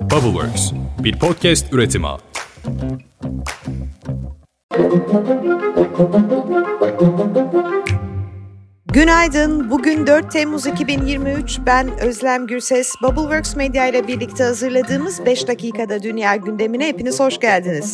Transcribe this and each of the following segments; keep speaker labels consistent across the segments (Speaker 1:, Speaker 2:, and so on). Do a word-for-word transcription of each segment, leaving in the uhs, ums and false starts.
Speaker 1: Bubbleworks, bir podcast üretimi.
Speaker 2: Günaydın. Bugün dört Temmuz iki bin yirmi üç. Ben Özlem Gürses. Bubbleworks Medya ile birlikte hazırladığımız beş dakikada dünya gündemine hepiniz hoş geldiniz.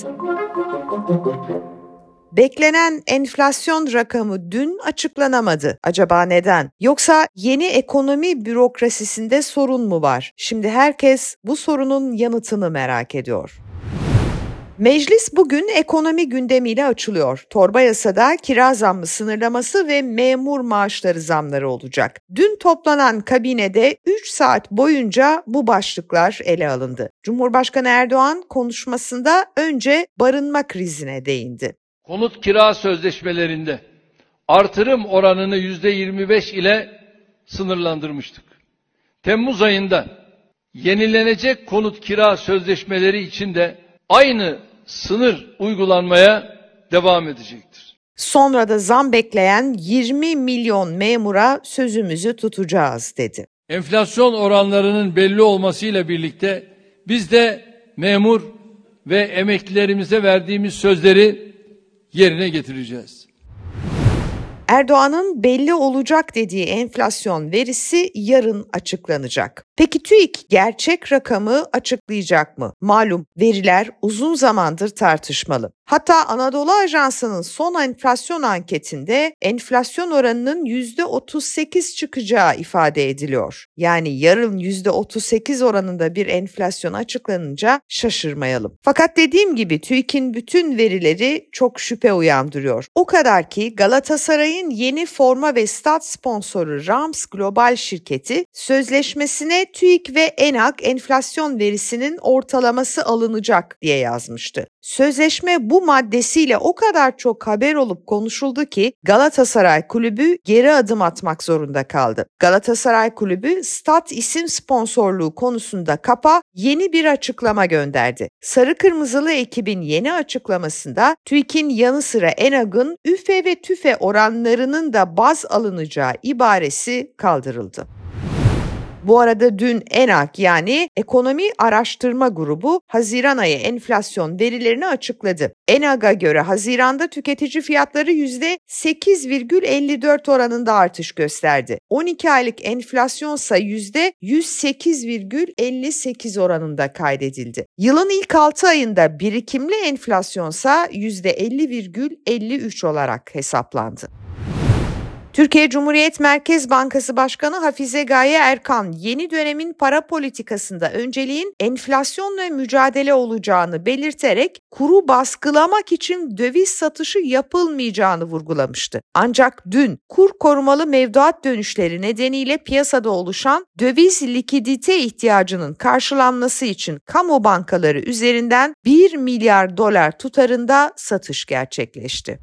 Speaker 2: Beklenen enflasyon rakamı dün açıklanamadı. Acaba neden? Yoksa yeni ekonomi bürokrasisinde sorun mu var? Şimdi herkes bu sorunun yanıtını merak ediyor. Meclis bugün ekonomi gündemiyle açılıyor. Torba yasada kira zammı sınırlaması ve memur maaşları zamları olacak. Dün toplanan kabinede üç saat boyunca bu başlıklar ele alındı. Cumhurbaşkanı Erdoğan konuşmasında önce barınma krizine değindi.
Speaker 3: Konut kira sözleşmelerinde artırım oranını yüzde yirmi beş ile sınırlandırmıştık. Temmuz ayında yenilenecek konut kira sözleşmeleri için de aynı sınır uygulanmaya devam edecektir.
Speaker 2: Sonra da zam bekleyen yirmi milyon memura sözümüzü tutacağız dedi.
Speaker 3: Enflasyon oranlarının belli olmasıyla birlikte biz de memur ve emeklilerimize verdiğimiz sözleri yerine getireceğiz.
Speaker 2: Erdoğan'ın belli olacak dediği enflasyon verisi yarın açıklanacak. Peki TÜİK gerçek rakamı açıklayacak mı? Malum veriler uzun zamandır tartışmalı. Hatta Anadolu Ajansı'nın son enflasyon anketinde enflasyon oranının yüzde otuz sekiz çıkacağı ifade ediliyor. Yani yarın yüzde otuz sekiz oranında bir enflasyon açıklanınca şaşırmayalım. Fakat dediğim gibi TÜİK'in bütün verileri çok şüphe uyandırıyor. O kadar ki Galatasaray'ın yeni forma ve stat sponsoru Rams Global şirketi sözleşmesine TÜİK ve ENAK enflasyon verisinin ortalaması alınacak diye yazmıştı. Sözleşme bu maddesiyle o kadar çok haber olup konuşuldu ki Galatasaray Kulübü geri adım atmak zorunda kaldı. Galatasaray Kulübü stat isim sponsorluğu konusunda KAP'a yeni bir açıklama gönderdi. Sarı Kırmızılı ekibin yeni açıklamasında TÜİK'in yanı sıra ENAK'ın üfe ve tüfe oranlarının da baz alınacağı ibaresi kaldırıldı. Bu arada dün ENAK yani Ekonomi Araştırma Grubu Haziran ayı enflasyon verilerini açıkladı. ENAK'a göre Haziran'da tüketici fiyatları yüzde sekiz virgül elli dört oranında artış gösterdi. on iki aylık enflasyonsa yüzde yüz sekiz virgül elli sekiz oranında kaydedildi. Yılın ilk altı ayında birikimli enflasyonsa yüzde elli virgül elli üç olarak hesaplandı. Türkiye Cumhuriyet Merkez Bankası Başkanı Hafize Gaye Erkan, yeni dönemin para politikasında önceliğin enflasyonla mücadele olacağını belirterek kuru baskılamak için döviz satışı yapılmayacağını vurgulamıştı. Ancak dün kur korumalı mevduat dönüşleri nedeniyle piyasada oluşan döviz likidite ihtiyacının karşılanması için kamu bankaları üzerinden bir milyar dolar tutarında satış gerçekleşti.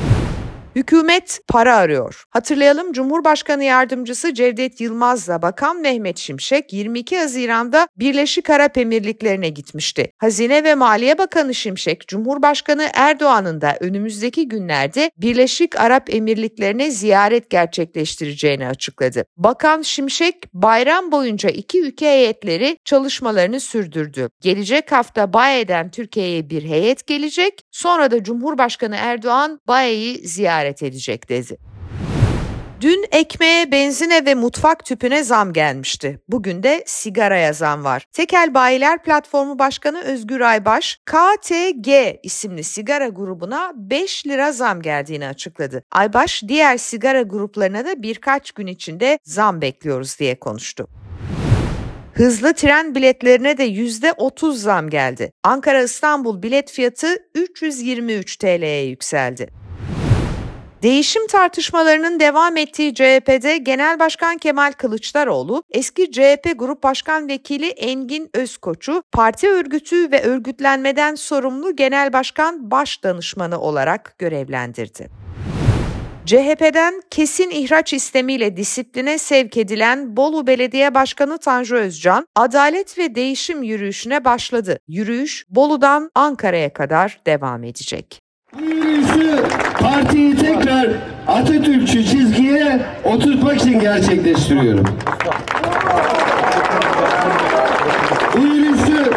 Speaker 2: Hükümet para arıyor. Hatırlayalım, Cumhurbaşkanı Yardımcısı Cevdet Yılmaz'la Bakan Mehmet Şimşek yirmi iki Haziran'da Birleşik Arap Emirlikleri'ne gitmişti. Hazine ve Maliye Bakanı Şimşek, Cumhurbaşkanı Erdoğan'ın da önümüzdeki günlerde Birleşik Arap Emirlikleri'ne ziyaret gerçekleştireceğini açıkladı. Bakan Şimşek, bayram boyunca iki ülke heyetleri çalışmalarını sürdürdü. Gelecek hafta Baye'den Türkiye'ye bir heyet gelecek, sonra da Cumhurbaşkanı Erdoğan Baye'yi ziyaret edecek dedi. Dün ekmeğe, benzine ve mutfak tüpüne zam gelmişti. Bugün de sigaraya zam var. Tekel Bayiler Platformu Başkanı Özgür Aybaş, K T G isimli sigara grubuna beş lira zam geldiğini açıkladı. Aybaş, diğer sigara gruplarına da birkaç gün içinde zam bekliyoruz diye konuştu. Hızlı tren biletlerine de yüzde otuz zam geldi. Ankara-İstanbul bilet fiyatı üç yüz yirmi üç T L'ye yükseldi. Değişim tartışmalarının devam ettiği C H P'de Genel Başkan Kemal Kılıçdaroğlu, eski C H P Grup Başkan Vekili Engin Özkoç'u parti örgütü ve örgütlenmeden sorumlu Genel Başkan Başdanışmanı olarak görevlendirdi. C H P'den kesin ihraç istemiyle disipline sevk edilen Bolu Belediye Başkanı Tanju Özcan, adalet ve değişim yürüyüşüne başladı. Yürüyüş Bolu'dan Ankara'ya kadar devam edecek.
Speaker 4: Bu yürüyüşü partiyi tekrar Atatürkçü çizgiye oturtmak için gerçekleştiriyorum. Bu yürüyüşü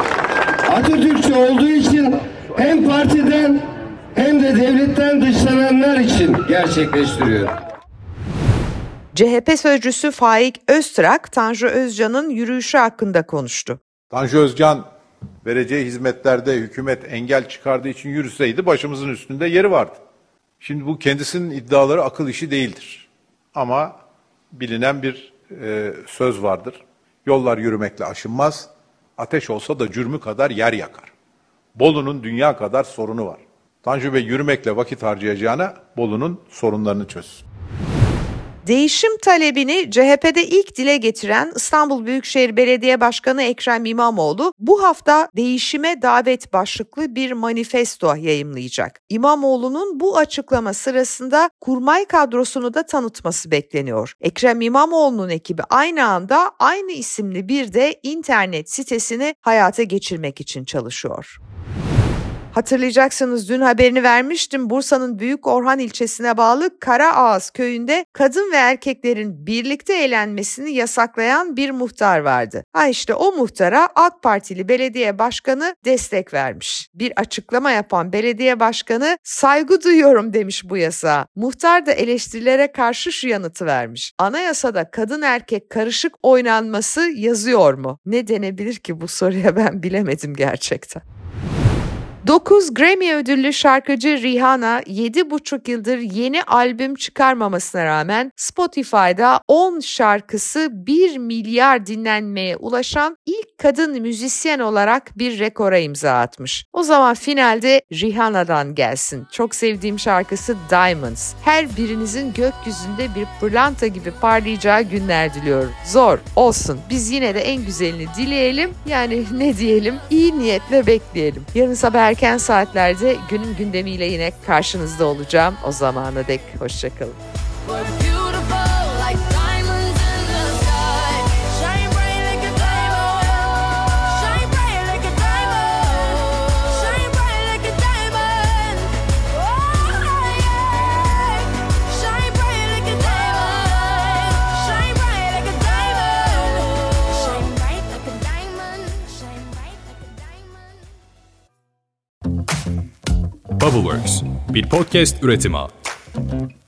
Speaker 4: gerçekleştiriyorum.
Speaker 2: C H P sözcüsü Faik Öztrak, Tanju Özcan'ın yürüyüşü hakkında konuştu.
Speaker 5: Tanju Özcan vereceği hizmetlerde hükümet engel çıkardığı için yürüseydi başımızın üstünde yeri vardı. Şimdi bu kendisinin iddiaları akıl işi değildir. Ama bilinen bir e, söz vardır. Yollar yürümekle aşınmaz, ateş olsa da cürmü kadar yer yakar. Bolu'nun dünya kadar sorunu var. Tanju Bey yürümekle vakit harcayacağına Bolu'nun sorunlarını çözsün.
Speaker 2: Değişim talebini C H P'de ilk dile getiren İstanbul Büyükşehir Belediye Başkanı Ekrem İmamoğlu bu hafta değişime davet başlıklı bir manifesto yayımlayacak. İmamoğlu'nun bu açıklama sırasında kurmay kadrosunu da tanıtması bekleniyor. Ekrem İmamoğlu'nun ekibi aynı anda aynı isimli bir de internet sitesini hayata geçirmek için çalışıyor. Hatırlayacaksınız, dün haberini vermiştim. Bursa'nın Büyük Orhan ilçesine bağlı Karaağız köyünde kadın ve erkeklerin birlikte eğlenmesini yasaklayan bir muhtar vardı. Ha işte o muhtara AK Partili belediye başkanı destek vermiş. Bir açıklama yapan belediye başkanı saygı duyuyorum demiş bu yasağa. Muhtar da eleştirilere karşı şu yanıtı vermiş. Anayasada kadın erkek karışık oynanması yazıyor mu? Ne denebilir ki bu soruya, ben bilemedim gerçekten. dokuz Grammy ödüllü şarkıcı Rihanna yedi buçuk yıldır yeni albüm çıkarmamasına rağmen Spotify'da on şarkısı bir milyar dinlenmeye ulaşan ilk kadın müzisyen olarak bir rekora imza atmış. O zaman finalde Rihanna'dan gelsin. Çok sevdiğim şarkısı Diamonds. Her birinizin gökyüzünde bir pırlanta gibi parlayacağı günler diliyorum. Zor olsun. Biz yine de en güzelini dileyelim. Yani ne diyelim? İyi niyetle bekleyelim. Yarın sabah erken saatlerde günün gündemiyle yine karşınızda olacağım. O zamana dek hoşçakalın.
Speaker 1: Bubbleworks, bir podcast üretimi.